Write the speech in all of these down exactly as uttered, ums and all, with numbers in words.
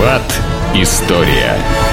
Виват. История.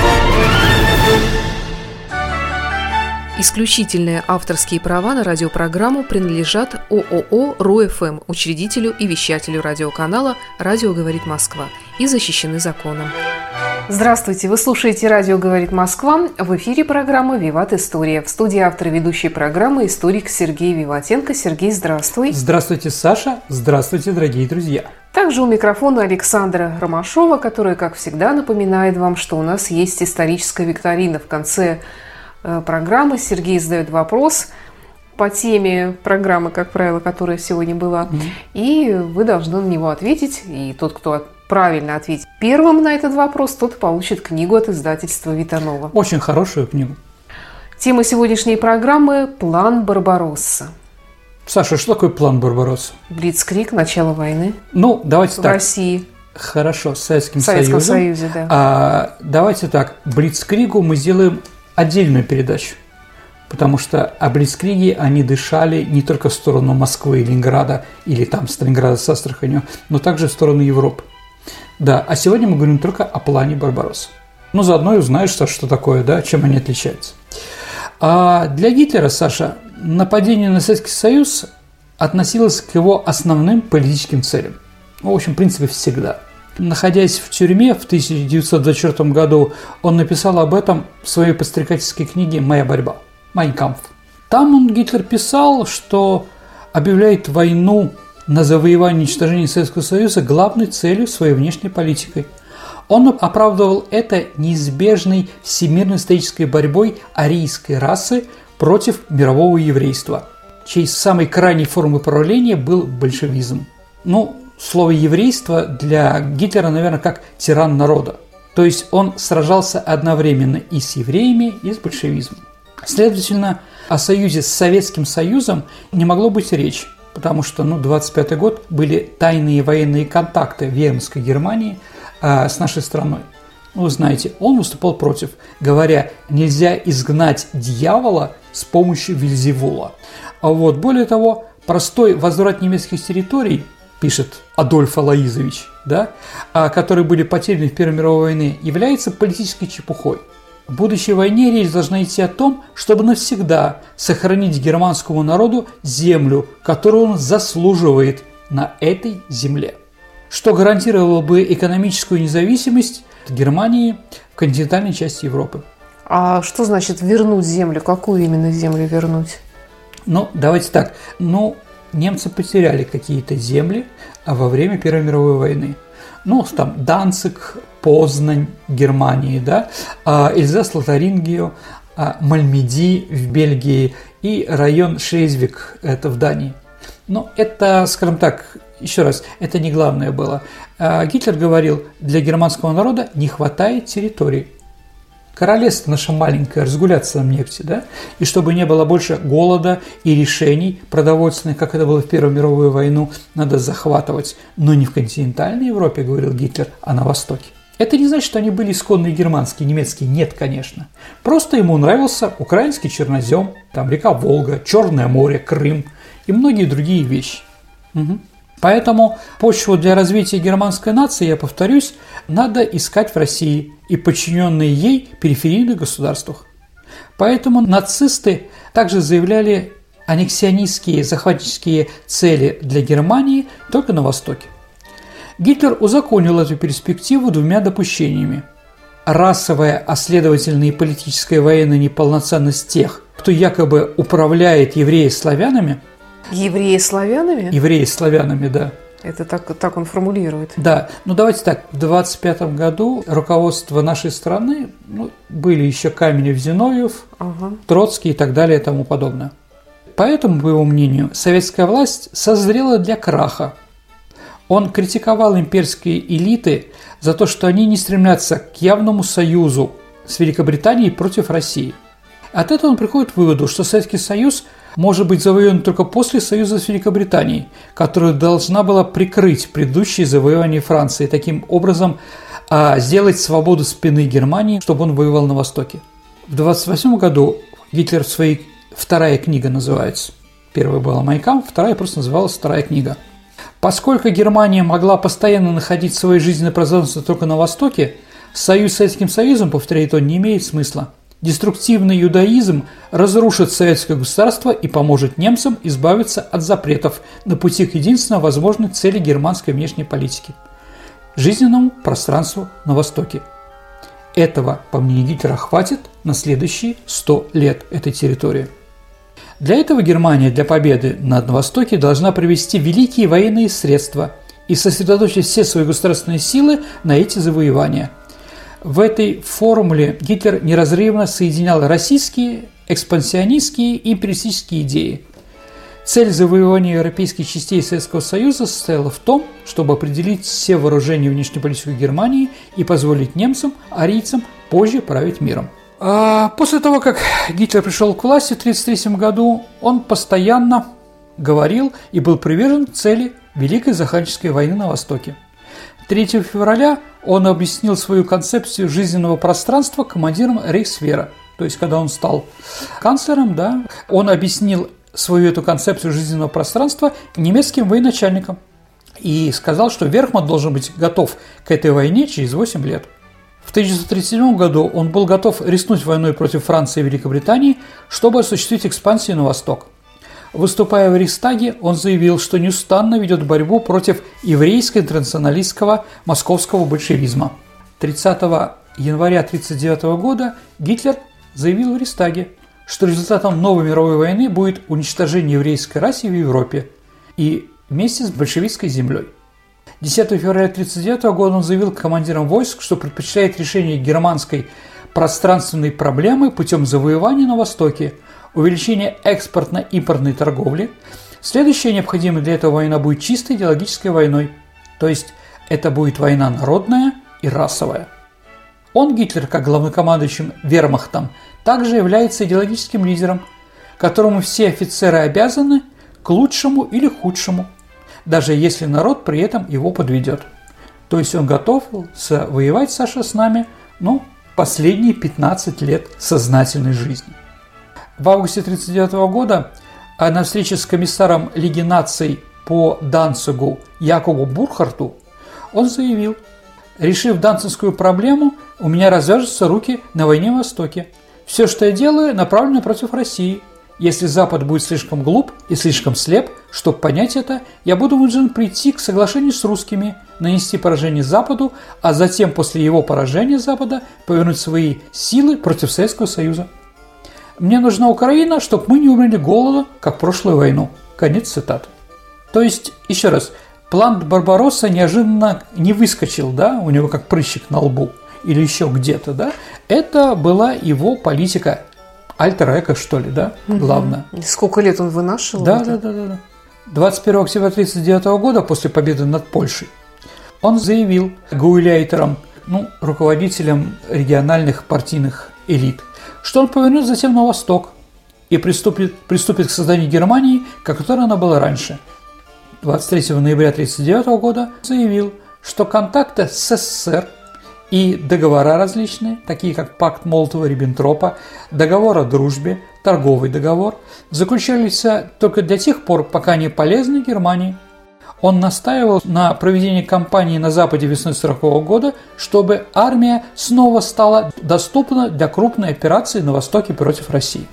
Исключительные авторские права на радиопрограмму принадлежат ООО РУ-ФМ, учредителю и вещателю радиоканала «Радио говорит Москва» и защищены законом. Здравствуйте! Вы слушаете «Радио говорит Москва». В эфире программа «Виват. История». В студии автор и ведущей программы историк Сергей Виватенко. Сергей, здравствуй! Здравствуйте, Саша! Здравствуйте, дорогие друзья! Также у микрофона Александра Ромашова, которая, как всегда, напоминает вам, что у нас есть историческая викторина. В конце программы Сергей задает вопрос по теме программы, как правило, которая сегодня была, mm-hmm. и вы должны на него ответить. И тот, кто правильно ответит первым на этот вопрос, тот получит книгу от издательства Витанова. Очень хорошую книгу. Тема сегодняшней программы – «План Барбаросса». Саша, что такое план Барбаросса? Блицкриг, начало войны. Ну, давайте в так. В России. Хорошо, с Советским, в Советском Союзом. Союзе, да. А, давайте так, Блицкригу мы сделаем отдельную передачу, потому что о Блицкриге они дышали не только в сторону Москвы, Ленинграда или там Сталинграда с Астраханью, но также в сторону Европы. Да, а сегодня мы говорим только о плане Барбаросса. Ну, заодно и узнаешь, Саша, что такое, да, чем они отличаются. А для Гитлера, Саша, нападение на Советский Союз относилось к его основным политическим целям. Ну, в общем, в принципе, всегда. Находясь в тюрьме в тысяча девятьсот двадцать четвёртом году, он написал об этом в своей подстрекательской книге «Моя борьба» «Майн кампф». Там он, Гитлер, писал, что объявляет войну на завоевание и уничтожение Советского Союза главной целью своей внешней политикой. Он оправдывал это неизбежной всемирной исторической борьбой арийской расы против мирового еврейства, чьей самой крайней формой правления был большевизм. Ну, слово «еврейство» для Гитлера, наверное, как тиран народа. То есть он сражался одновременно и с евреями, и с большевизмом. Следовательно, о союзе с Советским Союзом не могло быть речи, потому что, ну, двадцать пятый год были тайные военные контакты Веймарской Германии а, с нашей страной. Вы знаете, он выступал против, говоря, нельзя изгнать дьявола с помощью Вельзевула. А вот, более того, простой возврат немецких территорий, пишет Адольф Алоизович, да, которые были потеряны в Первой мировой войне, является политической чепухой. В будущей войне речь должна идти о том, чтобы навсегда сохранить германскому народу землю, которую он заслуживает на этой земле, что гарантировало бы экономическую независимость Германии в континентальной части Европы. А что значит вернуть землю? Какую именно землю вернуть? Ну, давайте так. Ну, немцы потеряли какие-то земли во время Первой мировой войны. Ну, там Данциг, Познань, Германии, да, Эльзас-Лотарингию, Мальмеди в Бельгии и район Шлезвиг, это в Дании. Но это, скажем так, еще раз, это не главное было. Гитлер говорил, для германского народа не хватает территорий. Королевство наше маленькое, разгуляться нам негде, да? И чтобы не было больше голода и решений продовольственных, как это было в Первую мировую войну, надо захватывать. Но не в континентальной Европе, говорил Гитлер, а на Востоке. Это не значит, что они были исконные германские, немецкие. Нет, конечно. Просто ему нравился украинский чернозем, там река Волга, Черное море, Крым и многие другие вещи. Угу. Поэтому почву для развития германской нации, я повторюсь, надо искать в России и подчиненные ей периферийных государствах. Поэтому нацисты также заявляли аннексионистские захватнические цели для Германии только на Востоке. Гитлер узаконил эту перспективу двумя допущениями. Расовая, а следовательно и политическая военная неполноценность тех, кто якобы управляет евреи-славянами. Евреи-славянами? Евреи-славянами, да. Это так, так он формулирует. Да, ну давайте так, в двадцать пятом году руководство нашей страны, ну, были еще Каменев, Зиновьев, ага. Троцкий и так далее и тому подобное. Поэтому, по его мнению, советская власть созрела для краха. Он критиковал имперские элиты за то, что они не стремятся к явному союзу с Великобританией против России. От этого он приходит к выводу, что Советский Союз может быть завоеван только после союза с Великобританией, которая должна была прикрыть предыдущие завоевания Франции, таким образом а, сделать свободу спины Германии, чтобы он воевал на Востоке. В двадцать восьмом году Гитлер в своей вторая книга называется. Первая была «Майн кампф», вторая просто называлась «Вторая книга». Поскольку Германия могла постоянно находить свое жизненное пространство только на Востоке, союз с Советским Союзом, повторяет он, не имеет смысла. Деструктивный иудаизм разрушит советское государство и поможет немцам избавиться от запретов на пути к единственно возможной цели германской внешней политики – жизненному пространству на Востоке. Этого, по мнению Гитлера, хватит на следующие сто лет этой территории. Для этого Германия для победы на Востоке должна привести великие военные средства и сосредоточить все свои государственные силы на эти завоевания. В этой формуле Гитлер неразрывно соединял российские, экспансионистские и империалистические идеи. Цель завоевания европейских частей Советского Союза состояла в том, чтобы определить все вооружения внешней политики Германии и позволить немцам, арийцам позже править миром. А после того, как Гитлер пришел к власти в тысяча девятьсот тридцать третьем году, он постоянно говорил и был привержен цели Великой Захватнической войны на Востоке. третьего февраля он объяснил свою концепцию жизненного пространства командиром Рейхсвера. То есть, когда он стал канцлером, да, он объяснил свою эту концепцию жизненного пространства немецким военачальникам и сказал, что Верхман должен быть готов к этой войне через восемь лет. В тысяча девятьсот тридцать седьмом году он был готов рискнуть войной против Франции и Великобритании, чтобы осуществить экспансию на восток. Выступая в Рейхстаге, он заявил, что неустанно ведет борьбу против еврейско-интернационалистского московского большевизма. тридцатого января тысяча девятьсот тридцать девятого года Гитлер заявил в Рейхстаге, что результатом новой мировой войны будет уничтожение еврейской расы в Европе и вместе с большевистской землей. десятого февраля тысяча девятьсот тридцать девятого года он заявил командирам войск, что предпочитает решение германской пространственной проблемы путем завоевания на Востоке, увеличения экспортно-импортной торговли. Следующая необходимая для этого война будет чистой идеологической войной, то есть это будет война народная и расовая. Он, Гитлер, как главнокомандующим вермахтом, также является идеологическим лидером, которому все офицеры обязаны к лучшему или худшему, даже если народ при этом его подведет. То есть он готов воевать, Саша, с нами, ну, последние пятнадцать лет сознательной жизни. В августе тысяча девятьсот тридцать девятого года на встрече с комиссаром Лиги наций по Данцигу Якобу Бурхарту он заявил: «Решив данцигскую проблему, у меня развяжутся руки на войне в Востоке. Все, что я делаю, направлено против России. Если Запад будет слишком глуп и слишком слеп, чтобы понять это, я буду вынужден прийти к соглашению с русскими, нанести поражение Западу, а затем после его поражения Запада повернуть свои силы против Советского Союза. Мне нужна Украина, чтобы мы не умерли голода, как в прошлую войну». Конец цитаты. То есть, еще раз, план Барбаросса неожиданно не выскочил, да, у него как прыщик на лбу или еще где-то, да. Это была его политика. Альтер-эго, что ли, да, главное. Угу. Сколько лет он вынашивал? Да, да, да, да, да. двадцать первого октября тысяча девятьсот тридцать девятого года, после победы над Польшей, он заявил гауляйтерам, ну, руководителям региональных партийных элит, что он повернет затем на восток и приступит, приступит к созданию Германии, как которой она была раньше. двадцать третьего ноября тысяча девятьсот тридцать девятого года заявил, что контакты с СССР и договора различные, такие как пакт Молотова-Риббентропа, договор о дружбе, торговый договор, заключались только для тех пор, пока они полезны Германии. Он настаивал на проведении кампании на Западе весной сорокового года, чтобы армия снова стала доступна для крупной операции на Востоке против России.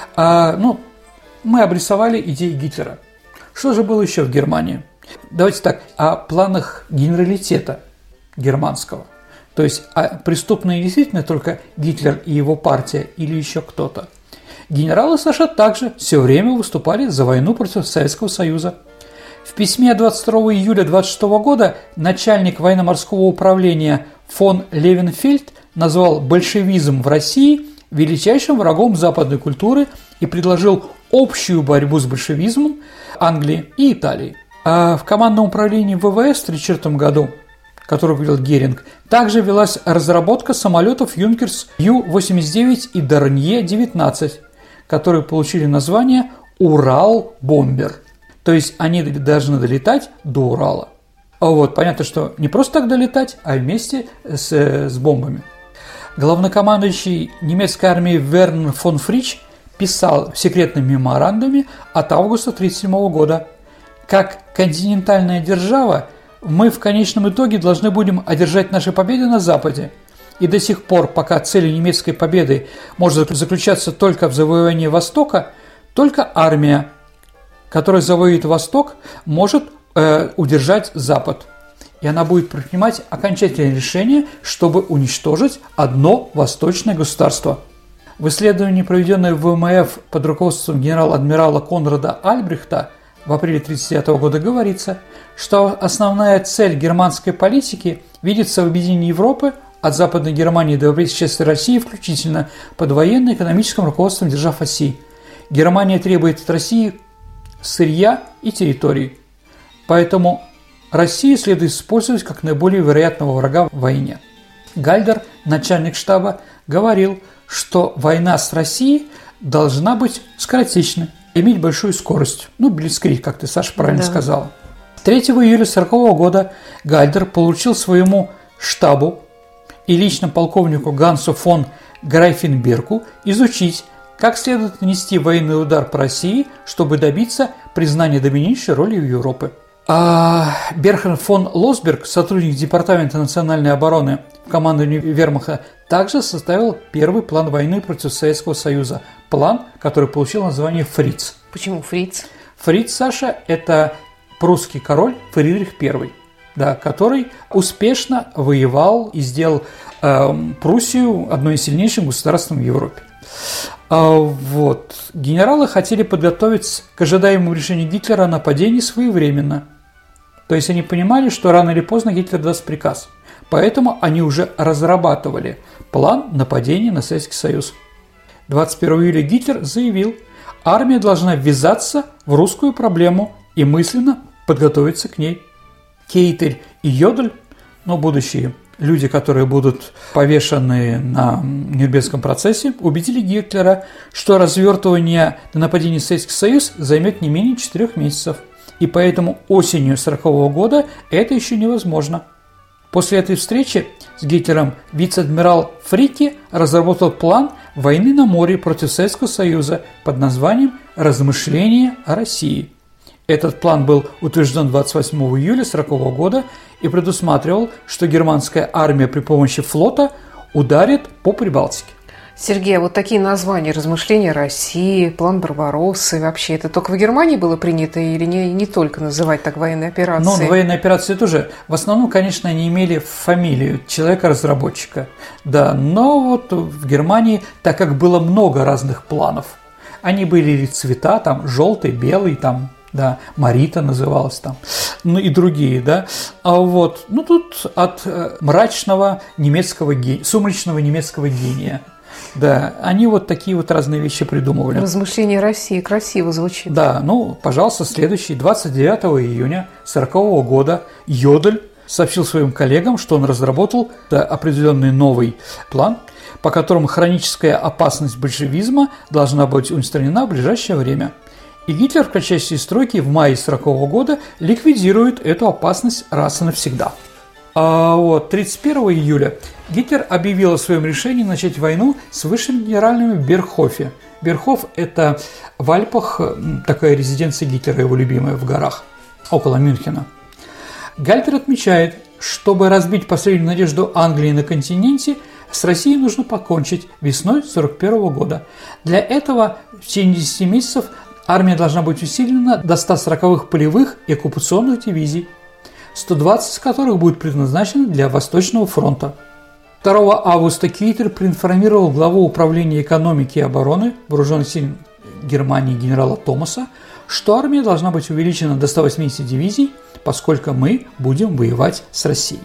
А, ну, мы обрисовали идеи Гитлера. Что же было еще в Германии? Давайте так, о планах генералитета германского. То есть, а преступные действительно только Гитлер и его партия или еще кто-то. Генералы США также все время выступали за войну против Советского Союза. В письме двадцать второго июля тысяча девятьсот двадцать шестого года начальник военно-морского управления фон Левенфельд назвал большевизм в России величайшим врагом западной культуры и предложил общую борьбу с большевизмом Англии и Италии. А в командном управлении ВВС в тысяча девятьсот тридцать четвёртом году, который говорил Геринг, также велась разработка самолетов Юнкерс Ю восемьдесят девять и Дорнье девятнадцать, которые получили название «Урал-бомбер». То есть они должны долетать до Урала. А вот понятно, что не просто так долетать, а вместе с, с бомбами. Главнокомандующий немецкой армии Вернер фон Фрич писал в секретном меморандуме от августа тысяча девятьсот тридцать седьмого года: «Как континентальная держава, мы в конечном итоге должны будем одержать наши победы на Западе. И до сих пор, пока целью немецкой победы может заключаться только в завоевании Востока, только армия, которая завоюет Восток, может э, удержать Запад. И она будет принимать окончательное решение, чтобы уничтожить одно восточное государство. В исследовании, проведенном в ВМФ под руководством генерал-адмирала Конрада Альбрехта в апреле тысяча девятьсот тридцатого года говорится, что основная цель германской политики видится в объединении Европы от Западной Германии до европейской части России включительно под военно-экономическим руководством держав оси. Германия требует от России сырья и территорий. Поэтому Россию следует использовать как наиболее вероятного врага в войне. Гальдер, начальник штаба, говорил, что война с Россией должна быть скоротечной, иметь большую скорость. Ну, блицкриг, как ты, Саша, правильно да. сказала. третьего июля тысяча девятьсот сорокового года Гальдер получил своему штабу и лично полковнику Гансу фон Грайфенбергу изучить, как следует нанести военный удар по России, чтобы добиться признания доминирующей роли Европы. А Берхан фон Лосберг, сотрудник Департамента национальной обороны в командовании Вермахта, также составил первый план войны против Советского Союза. План, который получил название «Фриц». Почему «Фриц»? Фриц, Саша, это прусский король Фридрих Первый, да, который успешно воевал и сделал э, Пруссию одной из сильнейших государств в Европе. А, вот. Генералы хотели подготовиться к ожидаемому решению Гитлера о нападении своевременно. То есть они понимали, что рано или поздно Гитлер даст приказ. Поэтому они уже разрабатывали план нападения на Советский Союз. двадцать первого июля Гитлер заявил, армия должна ввязаться в русскую проблему и мысленно подготовиться к ней. Кейтель и Йодель, ну, будущие люди, которые будут повешены на Нюрнбергском процессе, убедили Гитлера, что развертывание на нападение на Советский Союз займет не менее четырех месяцев. И поэтому осенью сорокового года это еще невозможно. После этой встречи с Гитлером вице-адмирал Фрicke разработал план войны на море против Советского Союза под названием «Размышления о России». Этот план был утвержден двадцать восьмого июля сорокового года и предусматривал, что германская армия при помощи флота ударит по Прибалтике. Сергей, а вот такие названия «Размышления России», «План Барбароссы», вообще это только в Германии было принято или не, не только называть так военные операции? Ну, военные операции тоже. В основном, конечно, они имели фамилию человека-разработчика. Да, но вот в Германии, так как было много разных планов, они были или цвета, там, желтый, белый, там, да, Марита называлась там, ну и другие, да. А вот, ну тут от э, мрачного немецкого гения, сумрачного немецкого гения. Да, они вот такие вот разные вещи придумывали. «Размышления России» красиво звучит. Да, ну, пожалуйста, следующий, двадцать девятого июня сорокового года Йодель сообщил своим коллегам, что он разработал да, определенный новый план, по которому хроническая опасность большевизма должна быть устранена в ближайшее время. И Гитлер в кратчайшие сроки в мае сорокового года ликвидирует эту опасность раз и навсегда. А вот тридцать первого июля Гитлер объявил о своем решении начать войну с высшими генеральными в Бергхофе. Бергхоф – это в Альпах такая резиденция Гитлера, его любимая, в горах, около Мюнхена. Гальтер отмечает, чтобы разбить последнюю надежду Англии на континенте, с Россией нужно покончить весной сорок первого года. Для этого в течение десяти месяцев армия должна быть усилена до ста сороковых полевых и оккупационных дивизий, сто двадцать из которых будут предназначены для Восточного фронта. второго августа Кейтель проинформировал главу управления экономики и обороны вооруженных сил Германии генерала Томаса, что армия должна быть увеличена до ста восьмидесяти дивизий, поскольку мы будем воевать с Россией.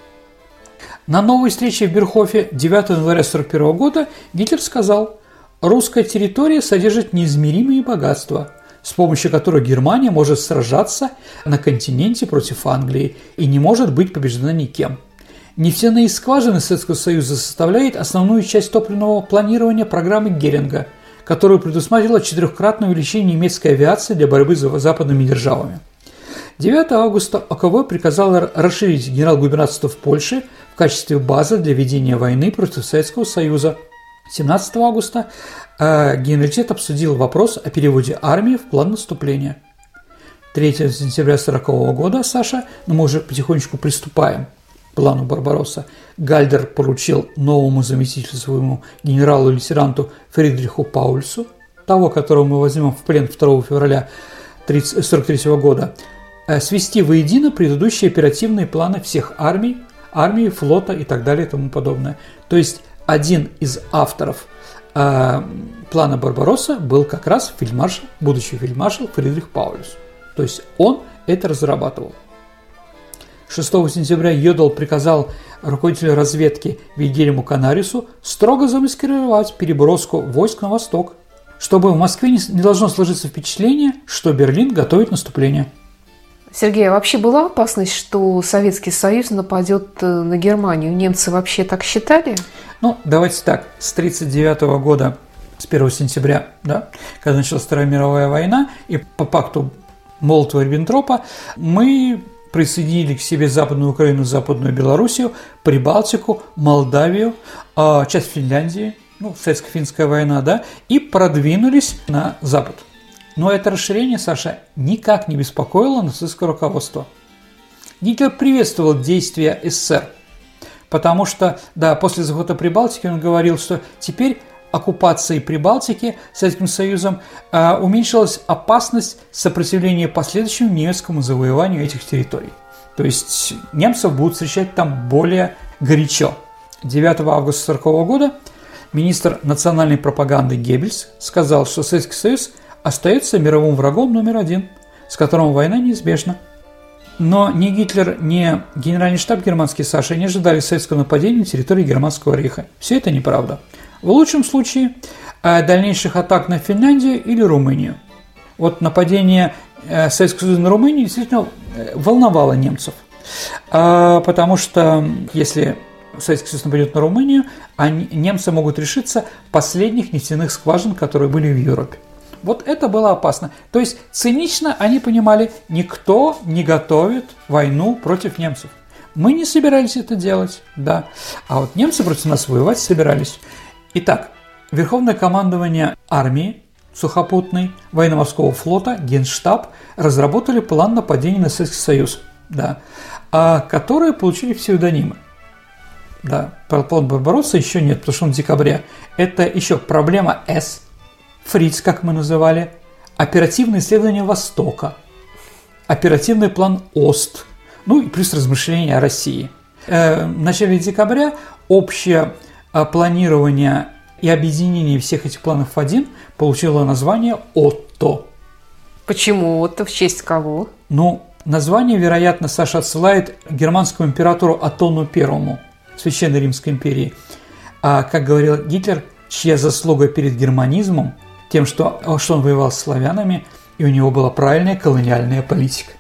На новой встрече в Бергхофе девятого января сорок первого года Гитлер сказал: «Русская территория содержит неизмеримые богатства, с помощью которых Германия может сражаться на континенте против Англии и не может быть побеждена никем. Нефтяные скважины Советского Союза составляют основную часть топливного планирования программы Геринга, которая предусматривала четырехкратное увеличение немецкой авиации для борьбы с западными державами». девятого августа ОКВ приказал расширить генерал-губернаторство в Польше в качестве базы для ведения войны против Советского Союза. семнадцатого августа э, Генералитет обсудил вопрос о переводе армии в план наступления. третьего сентября сорокового года, Саша, но мы уже потихонечку приступаем к плану Барбаросса. Гальдер поручил новому заместителю своему генералу-лейтенанту Фридриху Паульсу, того, которого мы возьмем в плен второго февраля сорок третьего года, свести воедино предыдущие оперативные планы всех армий, армии, флота и так далее и тому подобное. То есть один из авторов э, плана Барбаросса был как раз фельдмаршал, будущий фельдмаршал Фридрих Паульс. То есть он это разрабатывал. шестого сентября Йодл приказал руководителю разведки Вильгельму Канарису строго замаскировать переброску войск на восток, чтобы в Москве не должно сложиться впечатление, что Берлин готовит наступление. Сергей, а вообще была опасность, что Советский Союз нападет на Германию? Немцы вообще так считали? Ну, давайте так. С тысяча девятьсот тридцать девятого года, с первого сентября, да, когда началась Вторая мировая война, и по пакту Молотова-Риббентропа мы присоединили к себе Западную Украину, Западную Белоруссию, Прибалтику, Молдавию, часть Финляндии, ну, Советско-финская война, да, и продвинулись на запад. Но это расширение, Саша, никак не беспокоило нацистское руководство. Гитлер приветствовал действия СССР, потому что, да, после захвата Прибалтики он говорил, что теперь оккупацией Прибалтики Советским Союзом э, уменьшилась опасность сопротивления последующему немецкому завоеванию этих территорий. То есть немцев будут встречать там более горячо. девятого августа сорокового года министр национальной пропаганды Геббельс сказал, что Советский Союз остается мировым врагом номер один, с которым война неизбежна. Но ни Гитлер, ни генеральный штаб германский, Саша, не ожидали советского нападения на территории Германского рейха. Все это неправда. В лучшем случае дальнейших атак на Финляндию или Румынию. Вот нападение Советского Союза на Румынию действительно волновало немцев. Потому что если Советский Союз нападет на Румынию, они, немцы могут решиться последних нефтяных скважин, которые были в Европе. Вот это было опасно. То есть цинично они понимали, никто не готовит войну против немцев. Мы не собирались это делать, да. А вот немцы против нас воевать собирались. Итак, Верховное командование армии сухопутной, военно-морского флота, Генштаб разработали план нападения на Советский Союз, да, которые получили псевдонимы. Да, план Барбаросса еще нет, потому что он в декабре. Это еще проблема С, Фриц, как мы называли, оперативное исследование Востока, оперативный план Ост, ну и плюс размышления о России. В начале декабря общее планирование и объединение всех этих планов в один получило название Отто. Почему Отто? В честь кого? Ну, название, вероятно, Саша отсылает к германскому императору Оттону Первому Священной Римской империи. А, как говорил Гитлер, чья заслуга перед германизмом, тем, что, что он воевал с славянами, и у него была правильная колониальная политика.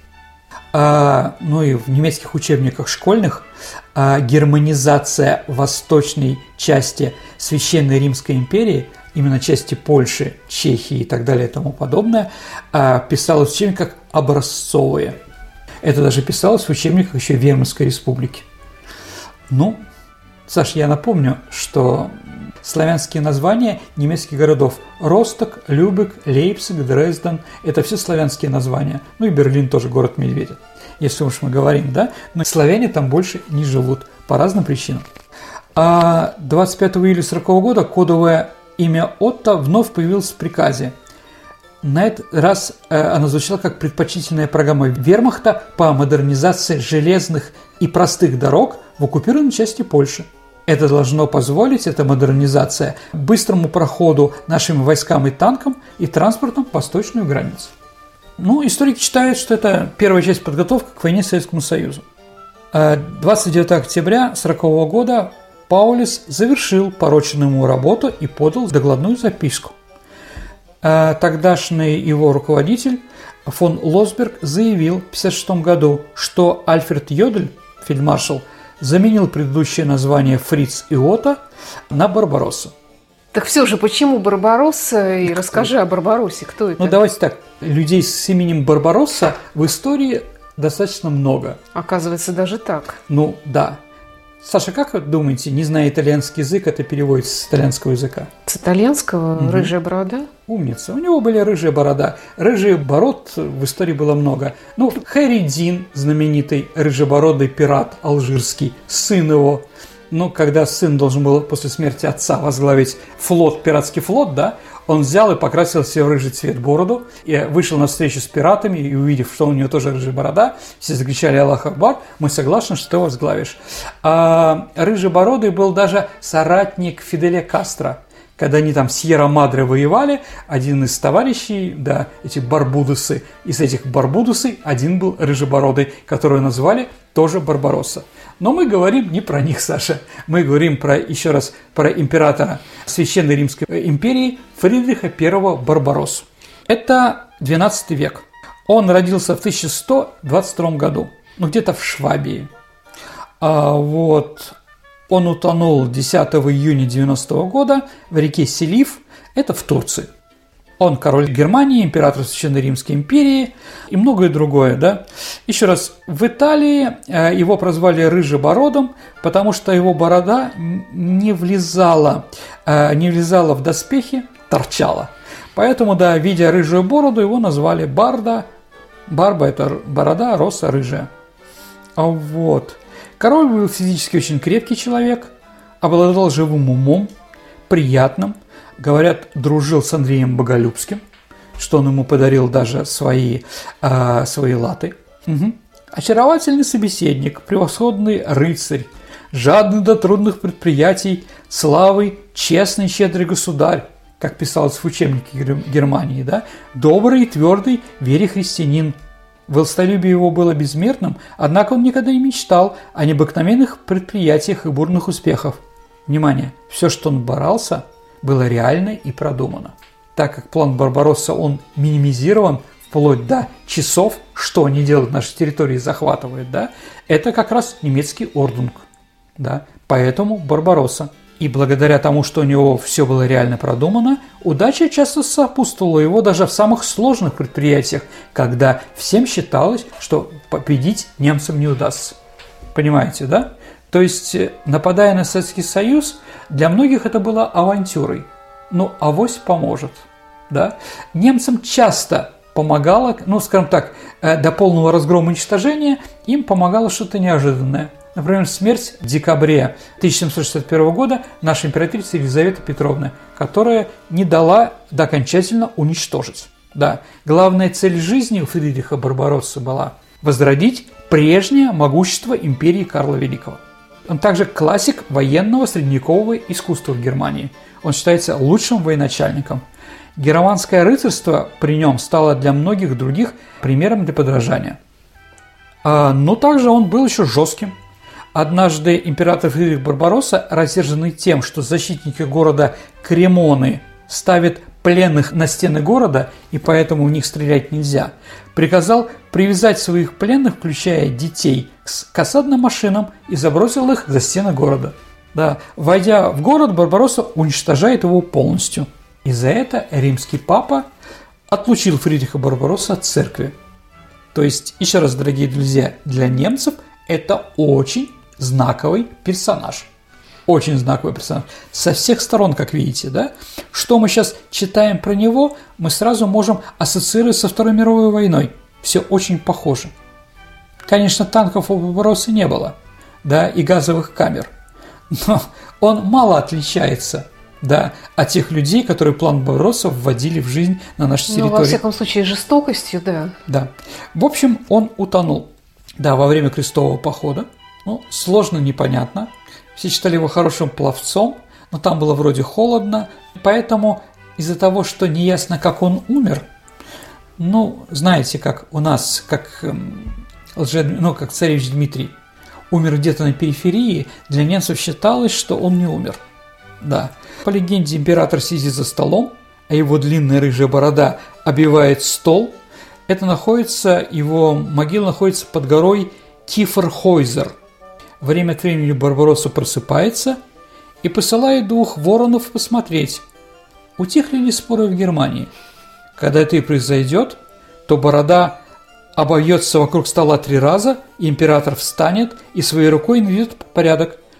А, ну и в немецких учебниках школьных а, германизация восточной части Священной Римской империи, именно части Польши, Чехии и так далее и тому подобное, а, писалось в учебниках как образцовые. Это даже писалось в учебниках еще Веймарской республики. Ну, Саш, я напомню, что славянские названия немецких городов Росток, Любек, Лейпциг, Дрезден – это все славянские названия. Ну и Берлин тоже город-медведя, если уж мы говорим, да? Но славяне там больше не живут по разным причинам. А двадцать пятого июля сорокового года кодовое имя Отто вновь появилось в приказе. На этот раз оно звучало как предпочтительная программа вермахта по модернизации железных и простых дорог в оккупированной части Польши. Это должно позволить, эта модернизация, быстрому проходу нашим войскам и танкам и транспортом по восточную границу. Ну, историки считают, что это первая часть подготовки к войне с Советским Союзом. двадцать девятого октября сорокового года Паулис завершил порученную ему работу и подал докладную записку. Тогдашний его руководитель фон Лосберг заявил в тысяча девятьсот пятьдесят шестом году, что Альфред Йодель, фельдмаршал, заменил предыдущее название Фриц и Отто на Барбаросса. Так все же, почему Барбаросса? И кто? Расскажи о Барбароссе, кто это? Ну, давайте так, людей с именем Барбаросса в истории достаточно много. Оказывается, даже так. Ну, да. Саша, как вы думаете, не зная итальянский язык, это переводится с итальянского языка? С итальянского угу. рыжая борода? Умница. У него были рыжие борода. Рыжих бород в истории было много. Ну, Хайреддин, знаменитый рыжебородый пират алжирский, сын его. Ну, когда сын должен был после смерти отца возглавить флот, пиратский флот, да, он взял и покрасил себе в рыжий цвет бороду, и вышел на встречу с пиратами, и увидев, что у него тоже рыжая борода, все закричали «Аллах Акбар», мы согласны, что ты возглавишь. А рыжебородый был даже соратник Фиделя Кастро. Когда они там с Сьерра-Мадре воевали, один из товарищей, да, эти барбудусы, из этих барбудусов один был рыжебородый, которого назвали тоже Барбаросса. Но мы говорим не про них, Саша. Мы говорим про, еще раз, про императора Священной Римской империи Фридриха Первого Барбароссу. Это двенадцатый век. Он родился в тысяча сто двадцать втором году, ну где-то в Швабии. А вот... Он утонул десятого июня девяностого года в реке Селив, это в Турции. Он король Германии, император Священной Римской империи и многое другое, да. Еще раз, в Италии его прозвали Рыжебородом, потому что его борода не влезала, не влезала в доспехи, торчала. Поэтому, да, видя рыжую бороду, его назвали Барда. Барба – это борода, роса рыжая. Вот. Король был физически очень крепкий человек, обладал живым умом, приятным. Говорят, дружил с Андреем Боголюбским, что он ему подарил даже свои, э, свои латы. Угу. Очаровательный собеседник, превосходный рыцарь, жадный до трудных предприятий, славы, честный, щедрый государь, как писалось в учебнике Германии, да? Добрый и твердый, вере христианин. Властолюбие его было безмерным, однако он никогда не мечтал о необыкновенных предприятиях и бурных успехах. Внимание, все, что он боролся, было реально и продумано. Так как план Барбаросса, он минимизирован вплоть до часов, что они делают, наши территории захватывают, да, это как раз немецкий Ордунг, да, поэтому Барбаросса. И благодаря тому, что у него все было реально продумано, удача часто сопутствовала его даже в самых сложных предприятиях, когда всем считалось, что победить немцам не удастся. Понимаете, да? То есть, нападая на Советский Союз, для многих это было авантюрой. Ну, авось поможет, да? Немцам часто помогало, ну, скажем так, до полного разгрома и уничтожения, им помогало что-то неожиданное. Например, смерть в декабре тысяча семьсот шестьдесят первого года нашей императрицы Елизаветы Петровны, которая не дала окончательно уничтожить. Да. Главная цель жизни у Фридриха Барбароссы была возродить прежнее могущество империи Карла Великого. Он также классик военного средневекового искусства в Германии. Он считается лучшим военачальником. Германское рыцарство при нем стало для многих других примером для подражания. Но также он был еще жестким. Однажды император Фридрих Барбаросса, рассерженный тем, что защитники города Кремоны ставят пленных на стены города, и поэтому в них стрелять нельзя, приказал привязать своих пленных, включая детей, к осадным машинам и забросил их за стены города. Да. Войдя в город, Барбаросса уничтожает его полностью. И за это римский папа отлучил Фридриха Барбаросса от церкви. То есть, еще раз, дорогие друзья, для немцев это очень знаковый персонаж. Очень знаковый персонаж. Со всех сторон, как видите, да? Что мы сейчас читаем про него, мы сразу можем ассоциировать со Второй мировой войной. Все очень похоже. Конечно, танков у Барбароссы не было, да, и газовых камер. Но он мало отличается, да, от тех людей, которые план Барбаросса вводили в жизнь на нашей территории. Ну, во всяком случае, жестокостью, да. Да. В общем, он утонул. Да, во время крестового похода. Ну, сложно, непонятно. Все считали его хорошим пловцом, но там было вроде холодно. Поэтому из-за того, что неясно, как он умер, ну, знаете, как у нас, как, лже, ну, как царевич Дмитрий умер где-то на периферии, для немцев считалось, что он не умер. Да. По легенде, император сидит за столом, а его длинная рыжая борода обвивает стол. Это находится, его могила находится под горой Киферхойзер. Время от времени Барбаросса просыпается и посылает двух воронов посмотреть, утихли ли споры в Германии. Когда это и произойдет, то борода обовьется вокруг стола три раза, и император встанет и своей рукой наведет порядок,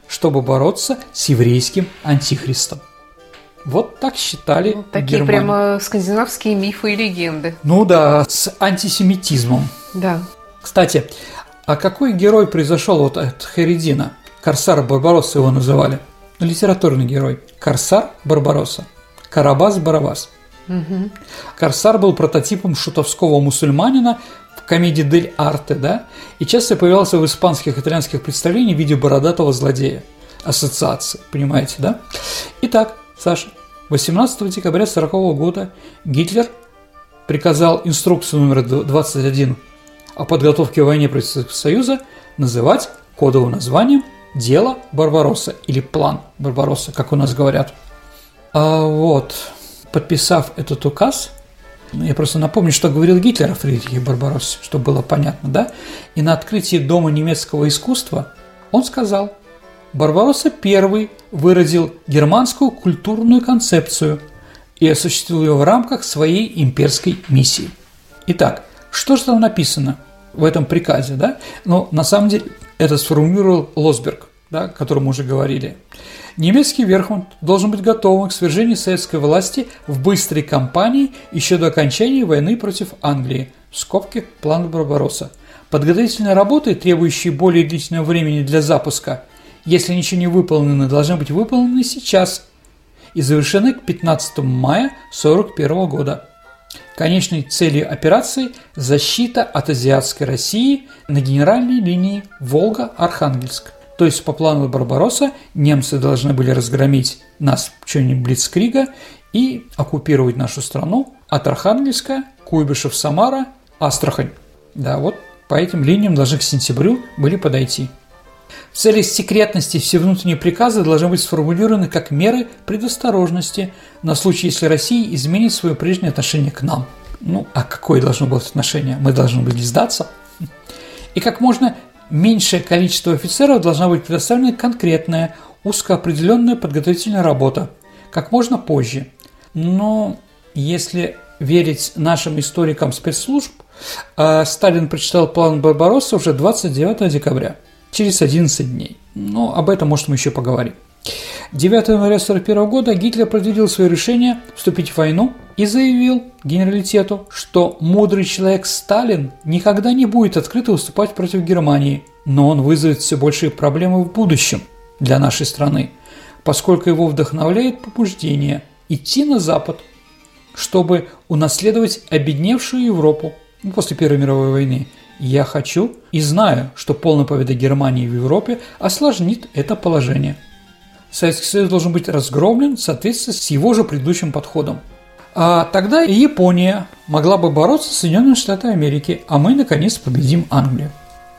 чтобы бороться с еврейским антихристом. Вот так считали ну, такие Германии. Прямо скандинавские мифы и легенды. Ну да, с антисемитизмом. Да. Кстати, а какой герой произошел вот от Херидина? Корсар Барбаросса его называли. Литературный герой. Корсар Барбаросса. Карабас-Барабас. Угу. Корсар был прототипом шутовского мусульманина в комедии «Дель Арте», да, и часто появлялся в испанских и итальянских представлениях в виде бородатого злодея. Ассоциации, понимаете, да? Итак, Саша, восемнадцатого декабря сорокового года Гитлер приказал инструкцию номер двадцать один о подготовке к войне против Союза называть кодовым названием «Дело Барбаросса» или «План Барбаросса», как у нас говорят. А вот, подписав этот указ, я просто напомню, что говорил Гитлер о Фридрихе Барбароссе, чтобы было понятно, да? И на открытии Дома немецкого искусства он сказал: Барбаросса первый выразил германскую культурную концепцию и осуществил ее в рамках своей имперской миссии. Итак, что же там написано в этом приказе, да? Ну, на самом деле, это сформулировал Лосберг, да, о котором мы уже говорили. Немецкий верховод должен быть готовым к свержению советской власти в быстрой кампании еще до окончания войны против Англии. В скобке план Барбаросса. Подготовительные работы, требующие более длительного времени для запуска, если ничего не выполнено, должны быть выполнены сейчас и завершены к пятнадцатому мая сорок первого года. Конечной целью операции – защита от азиатской России на генеральной линии Волга-Архангельск. То есть по плану Барбаросса немцы должны были разгромить нас в чёрне Блицкрига и оккупировать нашу страну от Архангельска, Куйбышев, Самара, Астрахань. Да, вот по этим линиям должны к сентябрю были подойти. В целях секретности все внутренние приказы должны быть сформулированы как меры предосторожности на случай, если Россия изменит свое прежнее отношение к нам. Ну, а какое должно быть отношение? Мы должны были сдаться. И как можно меньшее количество офицеров должна быть предоставлена конкретная, узкоопределенная подготовительная работа, как можно позже. Но если верить нашим историкам спецслужб, Сталин прочитал план Барбаросса уже двадцать девятого декабря, через одиннадцать дней. Но об этом, может, мы еще поговорим. девятого января сорок первого года Гитлер предъявил свое решение вступить в войну и заявил генералитету, что мудрый человек Сталин никогда не будет открыто выступать против Германии, но он вызовет все большие проблемы в будущем для нашей страны, поскольку его вдохновляет побуждение идти на Запад, чтобы унаследовать обедневшую Европу после Первой мировой войны. Я хочу и знаю, что полная победа Германии в Европе осложнит это положение. Советский Союз должен быть разгромлен в соответствии с его же предыдущим подходом. А тогда и Япония могла бы бороться с Соединенными Штатами Америки, а мы, наконец, победим Англию.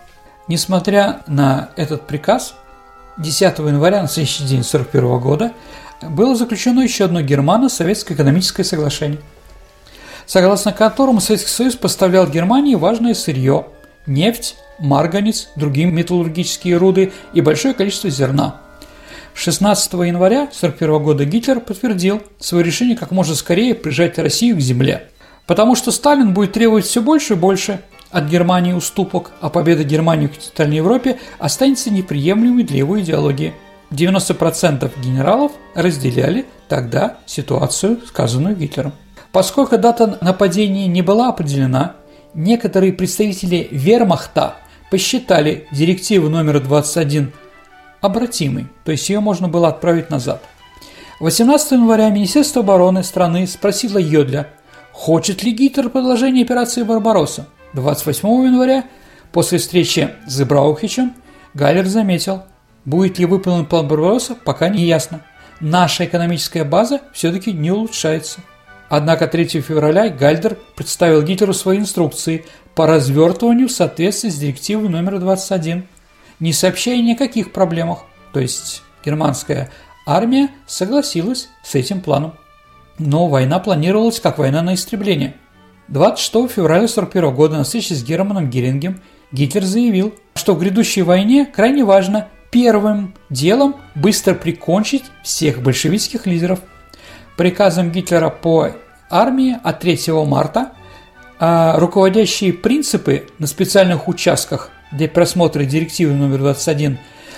Несмотря на этот приказ, десятого января на следующий день сорок первого года было заключено еще одно германо-советское экономическое соглашение, согласно которому Советский Союз поставлял Германии важное сырье – нефть, марганец, другие металлургические руды и большое количество зерна. шестнадцатого января сорок первого года Гитлер подтвердил свое решение как можно скорее прижать Россию к земле, потому что Сталин будет требовать все больше и больше от Германии уступок, а победа Германии в континентальной Европе останется неприемлемой для его идеологии. девяносто процентов генералов разделяли тогда ситуацию, сказанную Гитлером. Поскольку дата нападения не была определена, некоторые представители вермахта посчитали директиву номер двадцать один обратимой, то есть ее можно было отправить назад. восемнадцатого января Министерство обороны страны спросило Йодля, хочет ли Гитлер продолжение операции «Барбаросса». двадцать восьмого января, после встречи с Зебраухичем, Гайлер заметил, будет ли выполнен план «Барбаросса», пока не ясно. Наша экономическая база все-таки не улучшается. Однако третьего февраля Гальдер представил Гитлеру свои инструкции по развертыванию в соответствии с директивой номер двадцать один, не сообщая ни о каких проблемах, то есть германская армия согласилась с этим планом. Но война планировалась как война на истребление. двадцать шестого февраля сорок первого года на встрече с Германом Герингом Гитлер заявил, что в грядущей войне крайне важно первым делом быстро прикончить всех большевистских лидеров. Приказом Гитлера по армии от третьего марта а руководящие принципы на специальных участках для просмотра директивы номер двадцать один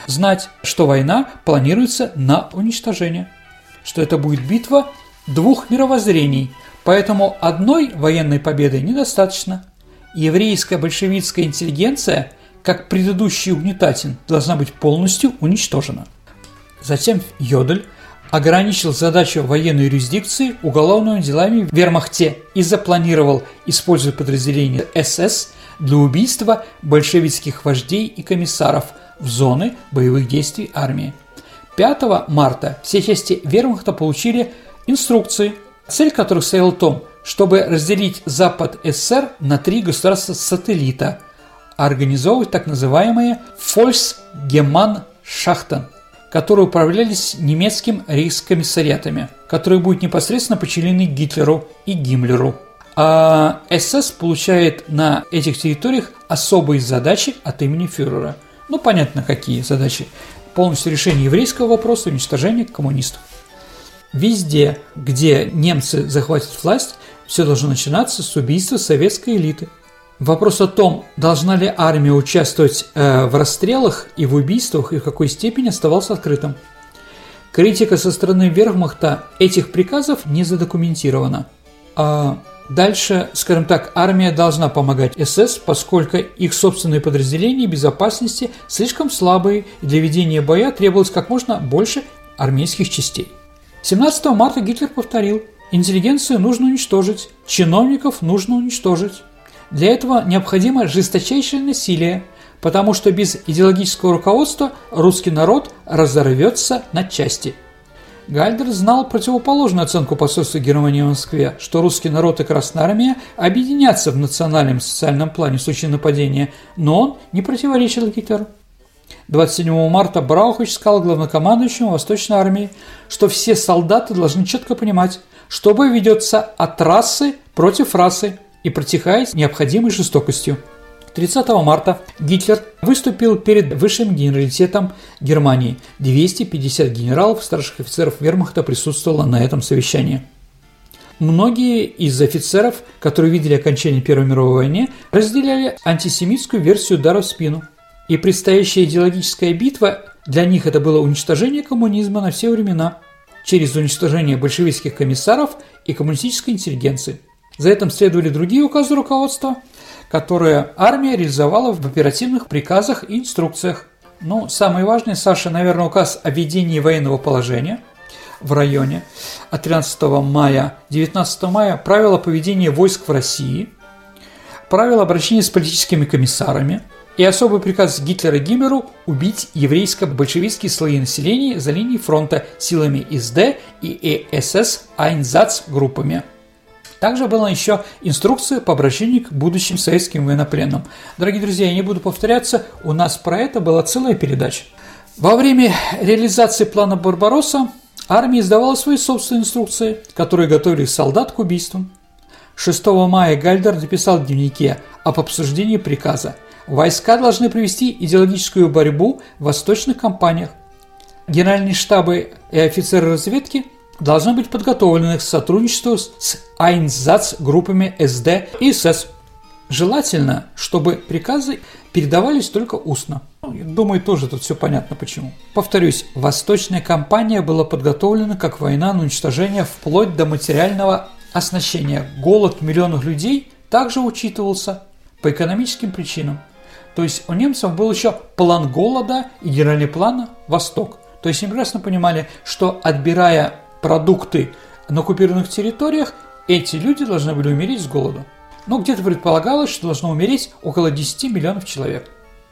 знать, что война планируется на уничтожение, что это будет битва двух мировоззрений, поэтому одной военной победы недостаточно. Еврейская большевистская интеллигенция, как предыдущий угнетатель, должна быть полностью уничтожена. Затем Йодель ограничил задачу военной юрисдикции уголовными делами в вермахте и запланировал использовать подразделения эс эс для убийства большевистских вождей и комиссаров в зоны боевых действий армии. пятого марта все части вермахта получили инструкции, цель которых состояла в том, чтобы разделить Запад СССР на три государства-сателлита, организовывать так называемые «Volksgemeinschaften», которые управлялись немецким рейхскомиссариатами, которые будут непосредственно подчинены Гитлеру и Гиммлеру. А эс эс получает на этих территориях особые задачи от имени фюрера. Ну, понятно, какие задачи. Полностью решение еврейского вопроса, уничтожение коммунистов. Везде, где немцы захватят власть, все должно начинаться с убийства советской элиты. Вопрос о том, должна ли армия участвовать э, в расстрелах и в убийствах, и в какой степени, оставался открытым. Критика со стороны вермахта этих приказов не задокументирована. А дальше, скажем так, армия должна помогать эс эс, поскольку их собственные подразделения безопасности слишком слабые, и для ведения боя требовалось как можно больше армейских частей. семнадцатого марта Гитлер повторил: интеллигенцию нужно уничтожить, чиновников нужно уничтожить. Для этого необходимо жесточайшее насилие, потому что без идеологического руководства русский народ разорвется на части. Гальдер знал противоположную оценку посольства Германии в Москве, что русский народ и Красная Армия объединятся в национальном и социальном плане в случае нападения, но он не противоречил Гитлеру. двадцать седьмого марта Браухич сказал главнокомандующему Восточной армии, что все солдаты должны четко понимать, что бой ведется от расы против расы и протекает необходимой жестокостью. тридцатого марта Гитлер выступил перед высшим генералитетом Германии. двести пятьдесят генералов и старших офицеров вермахта присутствовало на этом совещании. Многие из офицеров, которые видели окончание Первой мировой войны, разделяли антисемитскую версию удара в спину. И предстоящая идеологическая битва для них это было уничтожение коммунизма на все времена через уничтожение большевистских комиссаров и коммунистической интеллигенции. За этим следовали другие указы руководства, которые армия реализовала в оперативных приказах и инструкциях. Ну, самый важный, Саша, наверное, указ о введении военного положения в районе от тринадцатого мая — девятнадцатого мая, правила поведения войск в России, правила обращения с политическими комиссарами и особый приказ Гитлера Гиммлеру убить еврейско-большевистские слои населения за линией фронта силами эс дэ и эс эс Айнзац-группами. Также была еще инструкция по обращению к будущим советским военнопленным. Дорогие друзья, я не буду повторяться, у нас про это была целая передача. Во время реализации плана «Барбаросса» армия издавала свои собственные инструкции, которые готовили солдат к убийствам. шестого мая Гальдер написал в дневнике об обсуждении приказа: войска должны провести идеологическую борьбу в восточных кампаниях. Генеральные штабы и офицеры разведки должны быть подготовлены к сотрудничеству с Айнзац-группами эс дэ и эс эс. Желательно, чтобы приказы передавались только устно. Думаю, тоже тут все понятно почему. Повторюсь, восточная кампания была подготовлена как война на уничтожение вплоть до материального оснащения. Голод миллионов людей также учитывался по экономическим причинам. То есть у немцев был еще план голода и генеральный план «Восток». То есть они прекрасно понимали, что отбирая продукты на оккупированных территориях, эти люди должны были умереть с голоду. Но где-то предполагалось, что должно умереть около десяти миллионов человек.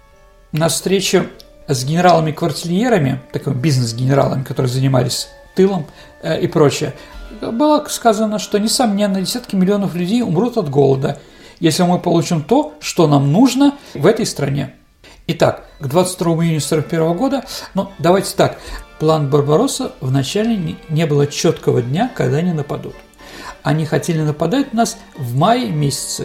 На встрече с генералами-квартирьерами, такими бизнес-генералами, которые занимались тылом э, и прочее, было сказано, что, несомненно, десятки миллионов людей умрут от голода, если мы получим то, что нам нужно в этой стране. Итак, к двадцать второму июня сорок первого года, ну, давайте так, план «Барбаросса» вначале не, не было четкого дня, когда они нападут. Они хотели нападать на нас в мае месяце,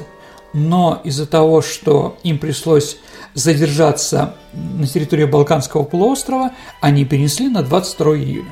но из-за того, что им пришлось задержаться на территории Балканского полуострова, они перенесли на двадцать второго июля.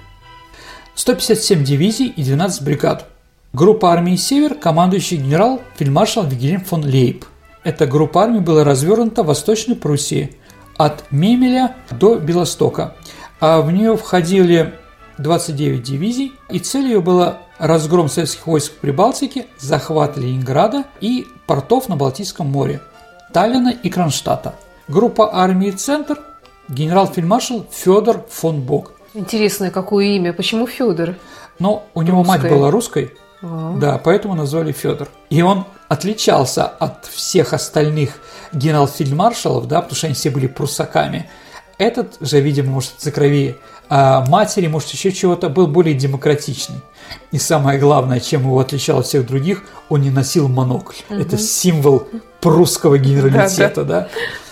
сто пятьдесят семь дивизий и двенадцать бригад. Группа армии «Север», командующий генерал-фельдмаршал Вильгельм фон Лейб. Эта группа армий была развернута в Восточной Пруссии, от Мемеля до Белостока. А в нее входили двадцать девять дивизий, и целью ее была разгром советских войск в Прибалтике, захват Ленинграда и портов на Балтийском море, Таллина и Кронштадта. Группа армии «Центр», генерал-фельдмаршал Федор фон Бок. Интересное какое имя. Почему Федор? Но у него Русская. мать была русской, А-а-а. да, поэтому назвали Федор. И он отличался от всех остальных генерал-фельдмаршалов, да, потому что они все были пруссаками. Этот же, видимо, может, из-за крови а матери, может, еще чего-то, был более демократичный. И самое главное, чем его отличал от всех других, он не носил монокль. Угу. Это символ прусского генералитета, да, да.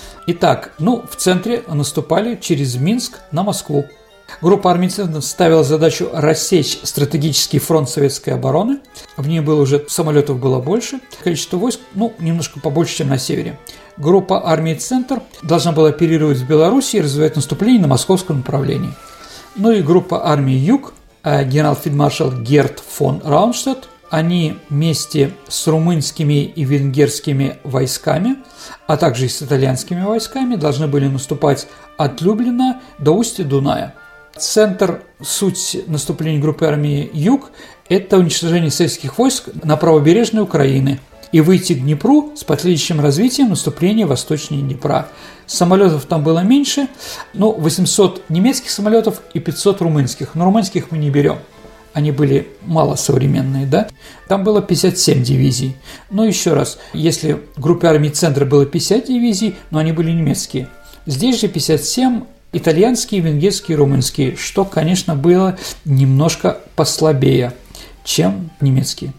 Итак, ну, в центре наступали через Минск на Москву. Группа армий «Центр» ставила задачу рассечь стратегический фронт советской обороны. В ней было уже, самолетов было больше, количество войск, ну, немножко побольше, чем на севере. Группа армий «Центр» должна была оперировать в Беларуси и развивать наступление на московском направлении. Ну и группа армий «Юг», генерал-фельдмаршал Герт фон Раунштадт, они вместе с румынскими и венгерскими войсками, а также и с итальянскими войсками должны были наступать от Люблина до устья Дуная. Центр, суть наступления группы армии «Юг» – это уничтожение советских войск на правобережной Украины и выйти к Днепру с последующим развитием наступления восточнее Днепра. Самолетов там было меньше, ну, восемьсот немецких самолетов и пятьсот румынских, но румынских мы не берем. Они были мало современные, да? Там было пятьдесят семь дивизий. Но еще раз, если в группе армий «Центр» было пятьдесят дивизий, но они были немецкие. Здесь же пятьдесят семь итальянские, венгерские, румынские, что, конечно, было немножко послабее, чем немецкие.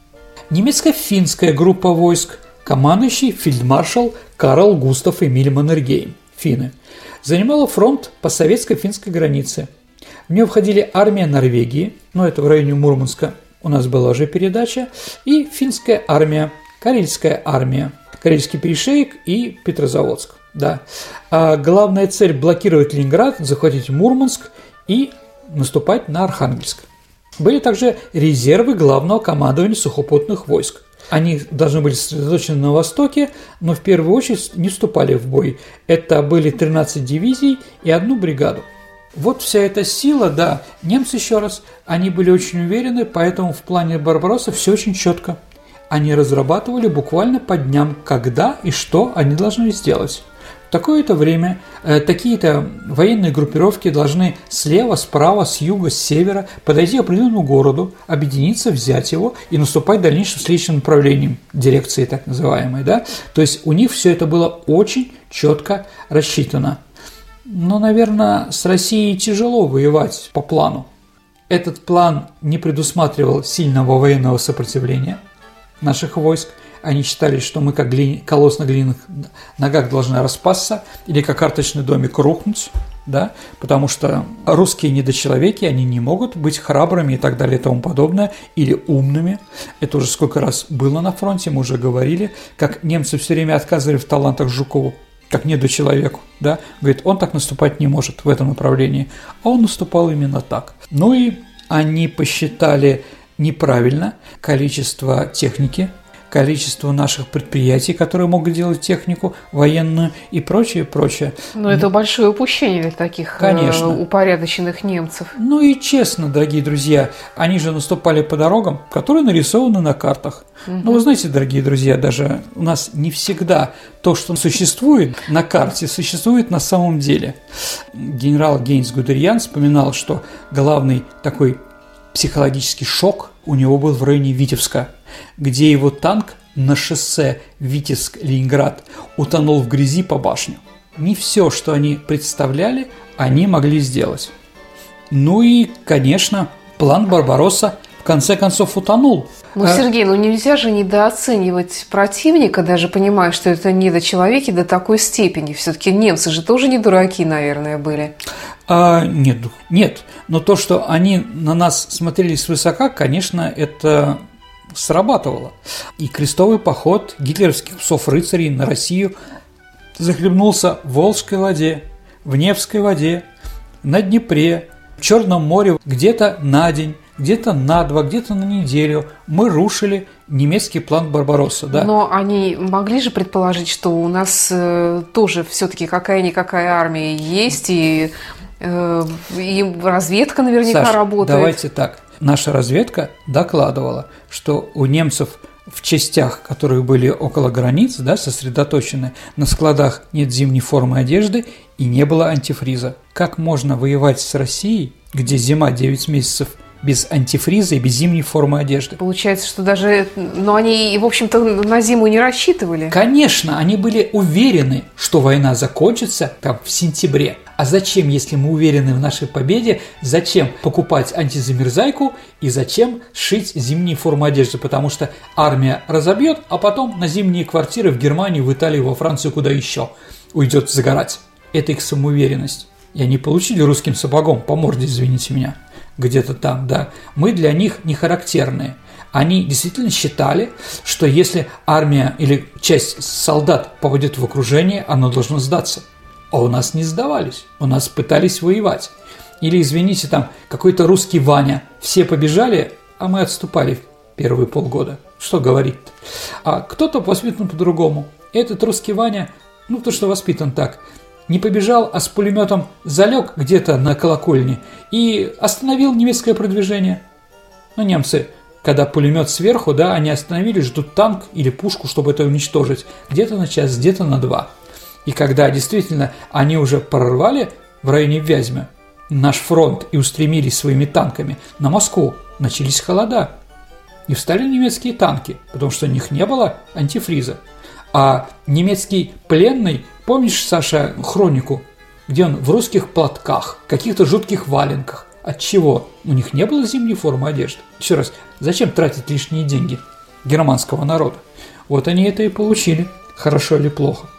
Немецко-финская группа войск, командующий фельдмаршал Карл Густав Эмиль Маннергейм, финны, занимала фронт по советско-финской границе. В нее входили армия Норвегии, ну это в районе Мурманска, у нас была уже передача, и финская армия, Карельская армия, Карельский перешеек и Петрозаводск. Да. А главная цель – блокировать Ленинград, захватить Мурманск и наступать на Архангельск. Были также резервы главного командования сухопутных войск. Они должны были сосредоточены на востоке, но в первую очередь не вступали в бой. Это были тринадцать дивизий и одну бригаду. Вот вся эта сила, да, немцы, еще раз, они были очень уверены, поэтому в плане Барбаросса все очень четко. Они разрабатывали буквально по дням, когда и что они должны сделать. В такое-то время э, такие-то военные группировки должны слева, справа, с юга, с севера подойти к определенному городу, объединиться, взять его и наступать дальнейшим следующим направлением, дирекции так называемой. Да? То есть у них все это было очень четко рассчитано. Но, наверное, с Россией тяжело воевать по плану. Этот план не предусматривал сильного военного сопротивления наших войск. Они считали, что мы как глини... колосс на глиняных ногах должны распасться или как карточный домик рухнуть, да? Потому что русские недочеловеки, они не могут быть храбрыми и так далее и тому подобное, или умными. Это уже сколько раз было на фронте, мы уже говорили, как немцы все время отказывали в талантах Жукову, как недочеловеку, да? Говорит, он так наступать не может в этом направлении, а он наступал именно так. Ну и они посчитали неправильно количество техники, количество наших предприятий, которые могут делать технику военную и прочее, прочее. Но это большое упущение для таких Конечно. упорядоченных немцев. Ну и честно, дорогие друзья, они же наступали по дорогам, которые нарисованы на картах. Угу. Но вы знаете, дорогие друзья, даже у нас не всегда то, что существует на карте, существует на самом деле. Генерал Гейнс Гудериан вспоминал, что главный такой психологический шок у него был в районе Витебска, где его танк на шоссе Витебск-Ленинград утонул в грязи по башню. Не все, что они представляли, они могли сделать. Ну и, конечно, план Барбаросса в конце концов утонул. Ну, Сергей, ну нельзя же недооценивать противника, даже понимая, что это недочеловеки до такой степени. Все-таки немцы же тоже не дураки, наверное, были. А, нет, нет. Но то, что они на нас смотрели свысока, конечно, это срабатывало. И крестовый поход гитлеровских псов-рыцарей на Россию захлебнулся в Волжской воде, в Невской воде, на Днепре, в Черном море где-то на день, где-то на два, где-то на неделю мы рушили немецкий план Барбаросса. Да? Но они могли же предположить, что у нас э, тоже все-таки какая-никакая армия есть, и, э, и разведка наверняка Саш, работает. Давайте так. Наша разведка докладывала, что у немцев в частях, которые были около границ, да, сосредоточены, на складах нет зимней формы одежды и не было антифриза. Как можно воевать с Россией, где зима девять месяцев без антифриза и без зимней формы одежды? Получается, что даже, ну, они, в общем-то, на зиму не рассчитывали. Конечно, они были уверены, что война закончится там в сентябре. А зачем, если мы уверены в нашей победе, зачем покупать антизамерзайку и зачем шить зимние формы одежды? Потому что армия разобьет, а потом на зимние квартиры в Германию, в Италию, во Францию, куда еще уйдет загорать. Это их самоуверенность. И они получили русским сапогом по морде, извините меня, где-то там, да. Мы для них не характерные. Они действительно считали, что если армия или часть солдат попадет в окружение, она должна сдаться. А у нас не сдавались, у нас пытались воевать. Или, извините, там какой-то русский Ваня, все побежали, а мы отступали первые полгода. Что говорить-то? А кто-то воспитан по-другому. Этот русский Ваня, ну, то, что воспитан так, не побежал, а с пулеметом залег где-то на колокольне и остановил немецкое продвижение. Ну, немцы, когда пулемет сверху, да, они остановили, ждут танк или пушку, чтобы это уничтожить, где-то на час, где-то на два. И когда действительно они уже прорвали в районе Вязьмы наш фронт и устремились своими танками на Москву, начались холода. И встали немецкие танки, потому что у них не было антифриза. А немецкий пленный, помнишь, Саша, хронику, где он в русских платках, каких-то жутких валенках. От чего? У них не было зимней формы одежды. Еще раз, зачем тратить лишние деньги германского народа? Вот они это и получили, хорошо или плохо.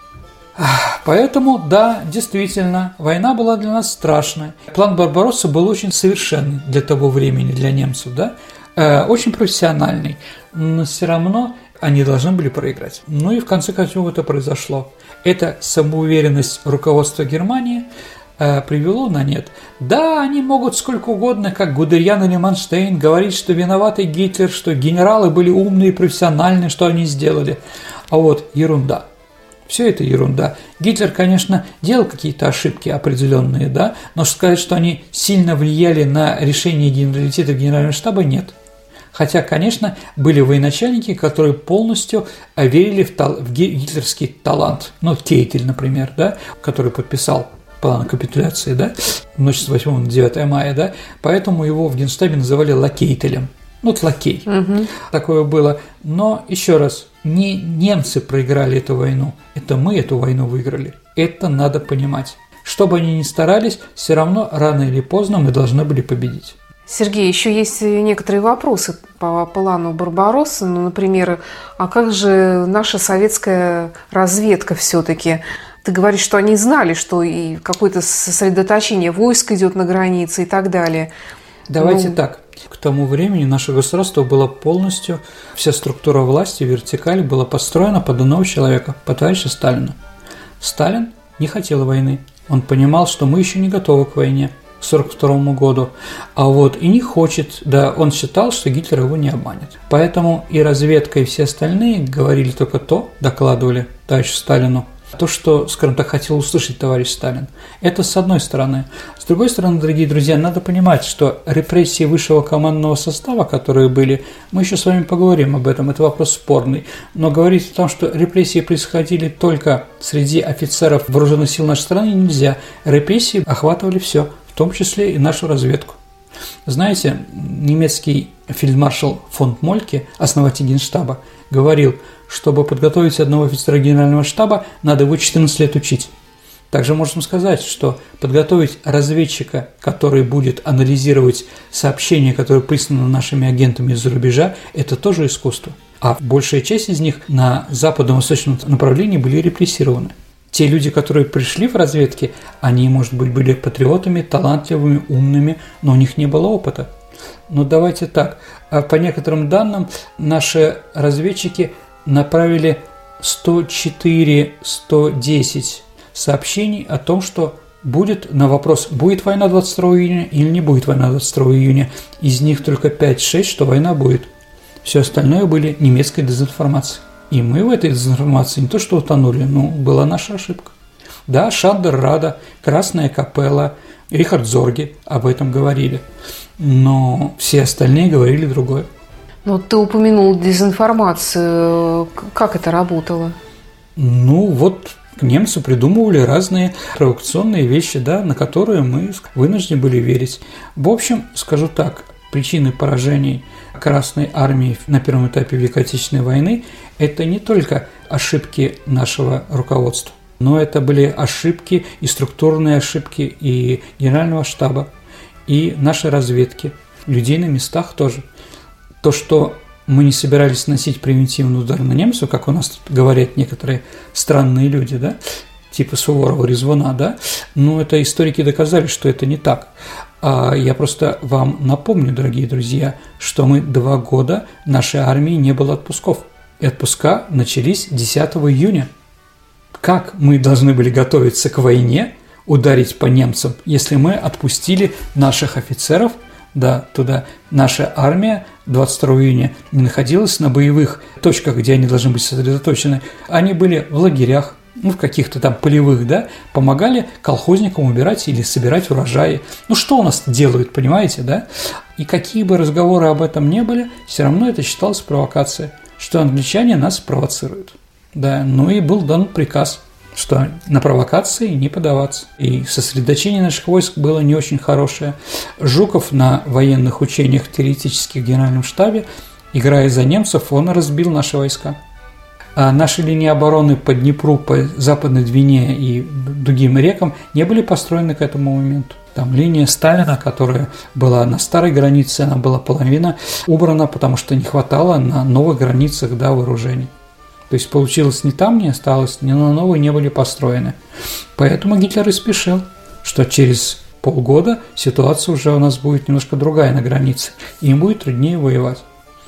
Поэтому, да, действительно, война была для нас страшная. План Барбаросса был очень совершенный для того времени, для немцев, да, э, очень профессиональный, но все равно они должны были проиграть. Ну и в конце концов это произошло. Эта самоуверенность руководства Германии э, привело на нет. Да, они могут сколько угодно, как Гудериан или Манштейн, говорить, что виноватый Гитлер, что генералы были умные и профессиональные, что они сделали. А вот ерунда. Все это ерунда. Гитлер, конечно, делал какие-то ошибки определенные, да, но сказать, что они сильно влияли на решение генералитета Генерального штаба, нет. Хотя, конечно, были военачальники, которые полностью верили в, тал- в гитлерский талант. Ну, Кейтель, например, да, который подписал план капитуляции, да, в ночь с восьмого на девятое мая, да, поэтому его в Генштабе называли лакейтелем. Ну, вот лакей. Угу. Такое было. Но, еще раз, не немцы проиграли эту войну, это мы эту войну выиграли. Это надо понимать. Что бы они ни старались, все равно рано или поздно мы должны были победить. Сергей, еще есть некоторые вопросы по плану Барбароссы. Ну, например, а как же наша советская разведка все-таки? Ты говоришь, что они знали, что и какое-то сосредоточение войск идет на границе и так далее. Давайте ну... так. К тому времени наше государство было полностью, вся структура власти, вертикаль была построена под одного человека, по товарищу Сталину. Сталин не хотел войны. Он понимал, что мы еще не готовы к войне к сорок второму году. А вот и не хочет, да, он считал, что Гитлер его не обманет. Поэтому и разведка, и все остальные говорили только то, докладывали товарищу Сталину, то, что, скажем так, хотел услышать товарищ Сталин. Это с одной стороны. С другой стороны, дорогие друзья, надо понимать, что репрессии высшего командного состава, которые были, мы еще с вами поговорим об этом, это вопрос спорный, но говорить о том, что репрессии происходили только среди офицеров вооруженных сил нашей страны, нельзя. Репрессии охватывали все, в том числе и нашу разведку. Знаете, немецкий фельдмаршал фон Мольке, основатель Генштаба, говорил, чтобы подготовить одного офицера генерального штаба, надо его четырнадцать лет учить. Также можем сказать, что подготовить разведчика, который будет анализировать сообщения, которые присланы нашими агентами из-за рубежа, это тоже искусство. А большая часть из них на западно-восточном направлении были репрессированы. Те люди, которые пришли в разведке, они, может быть, были патриотами, талантливыми, умными, но у них не было опыта. Но давайте так, по некоторым данным, наши разведчики направили сто четыре - сто десять сообщений о том, что будет на вопрос, будет война двадцать второго июня или не будет война двадцать второго июня, из них только пять-шесть, что война будет. Все остальное были немецкой дезинформацией. И мы в этой дезинформации не то что утонули, но была наша ошибка. Да, Шандер Рада, Красная Капелла, Рихард Зорге об этом говорили, но все остальные говорили другое. Но ты упомянул дезинформацию. Как это работало? Ну, вот немцы придумывали разные провокационные вещи, да, на которые мы вынуждены были верить. В общем, скажу так, причины поражений Красной Армии на первом этапе Великой Отечественной войны – это не только ошибки нашего руководства, но это были ошибки и структурные ошибки и Генерального штаба, и нашей разведки, людей на местах тоже. То, что мы не собирались наносить превентивный удар на немцев, как у нас говорят некоторые странные люди, да, типа Суворова, Резвуна, да, но это историки доказали, что это не так. А я просто вам напомню, дорогие друзья, что мы два года нашей армии не было отпусков. И отпуска начались десятого июня. Как мы должны были готовиться к войне, ударить по немцам, если мы отпустили наших офицеров, да, туда. Наша армия двадцать второго июня не находилась на боевых точках, где они должны быть сосредоточены. Они были в лагерях, ну, в каких-то там полевых, да, помогали колхозникам убирать или собирать урожаи. Ну, что у нас делают, понимаете, да? И какие бы разговоры об этом не были, все равно это считалось провокацией, что англичане нас провоцируют. Да, ну и был дан приказ, что на провокации не поддаваться. И сосредоточение наших войск было не очень хорошее. Жуков на военных учениях теоретических в Генеральном штабе, играя за немцев, он разбил наши войска. А наши линии обороны по Днепру, по Западной Двине и другим рекам не были построены к этому моменту. Там линия Сталина, которая была на старой границе, она была половина убрана, потому что не хватало на новых границах, да, вооружений. То есть получилось не там не осталось, ни на новые не были построены. Поэтому Гитлер и спешил, что через полгода ситуация уже у нас будет немножко другая на границе, и им будет труднее воевать.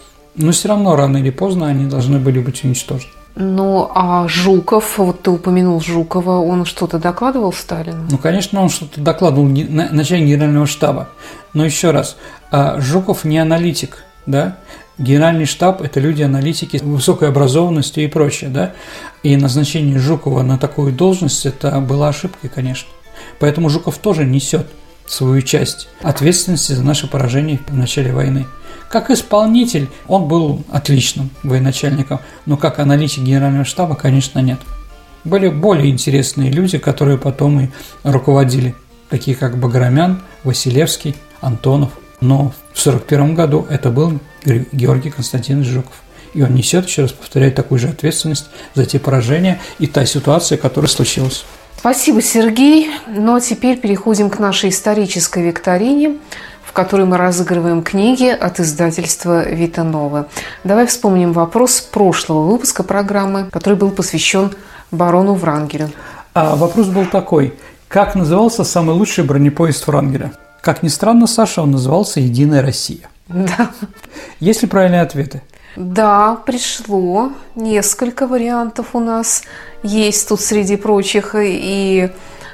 Но все равно рано или поздно они должны были быть уничтожены. Ну, а Жуков, вот ты упомянул Жукова, он что-то докладывал Сталину? Ну, конечно, он что-то докладывал начальник Генерального штаба. Но еще раз, Жуков не аналитик, да? Генеральный штаб – это люди-аналитики с высокой образованностью и прочее, да? И назначение Жукова на такую должность – это была ошибкой, конечно. Поэтому Жуков тоже несет свою часть ответственности за наше поражение в начале войны. Как исполнитель он был отличным военачальником, но как аналитик Генерального штаба, конечно, нет. Были более интересные люди, которые потом и руководили, такие как Баграмян, Василевский, Антонов. Но в сорок первом году это был Георгий Константинович Жуков. И он несет, еще раз повторяю, такую же ответственность за те поражения и та ситуация, которая случилась. Спасибо, Сергей. Ну а теперь переходим к нашей исторической викторине, в которой мы разыгрываем книги от издательства Вита Нова. Давай вспомним вопрос прошлого выпуска программы, который был посвящен барону Врангелю. А вопрос был такой: как назывался самый лучший бронепоезд Врангеля? Как ни странно, Саша, он назывался «Единая Россия». Да. Есть ли правильные ответы? Да, пришло. Несколько вариантов у нас есть тут среди прочих. И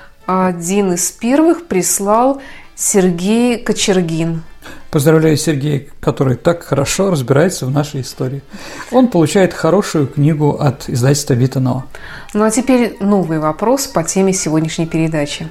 один из первых прислал Сергей Кочергин. Поздравляю Сергея, который так хорошо разбирается в нашей истории. Он получает хорошую книгу от издательства Вита Нова. Ну а теперь новый вопрос по теме сегодняшней передачи.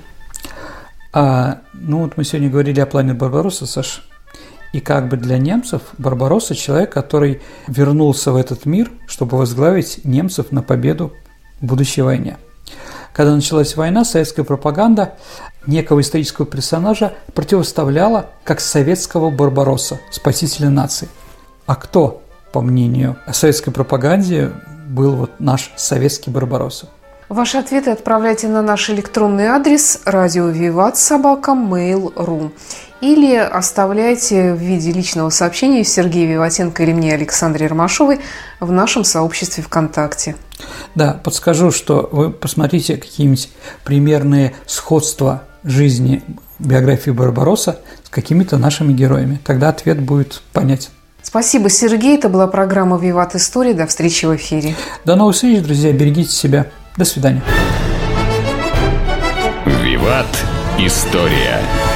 А, ну вот мы сегодня говорили о плане Барбаросса, Саша. И как бы для немцев Барбаросса – человек, который вернулся в этот мир, чтобы возглавить немцев на победу в будущей войне. Когда началась война, советская пропаганда некого исторического персонажа противоставляла как советского Барбаросса, спасителя нации. А кто, по мнению советской пропаганды, был вот наш советский Барбаросса? Ваши ответы отправляйте на наш электронный адрес радио виват собака мейл точка ру или оставляйте в виде личного сообщения Сергею Виватенко или мне, Александре Ромашовой, в нашем сообществе ВКонтакте. Да, подскажу, что вы посмотрите какие-нибудь примерные сходства жизни биографии Барбаросса с какими-то нашими героями. Тогда ответ будет понятен. Спасибо, Сергей. Это была программа «Виват История». До встречи в эфире. До новых встреч, друзья. Берегите себя. До свидания. Виват. История.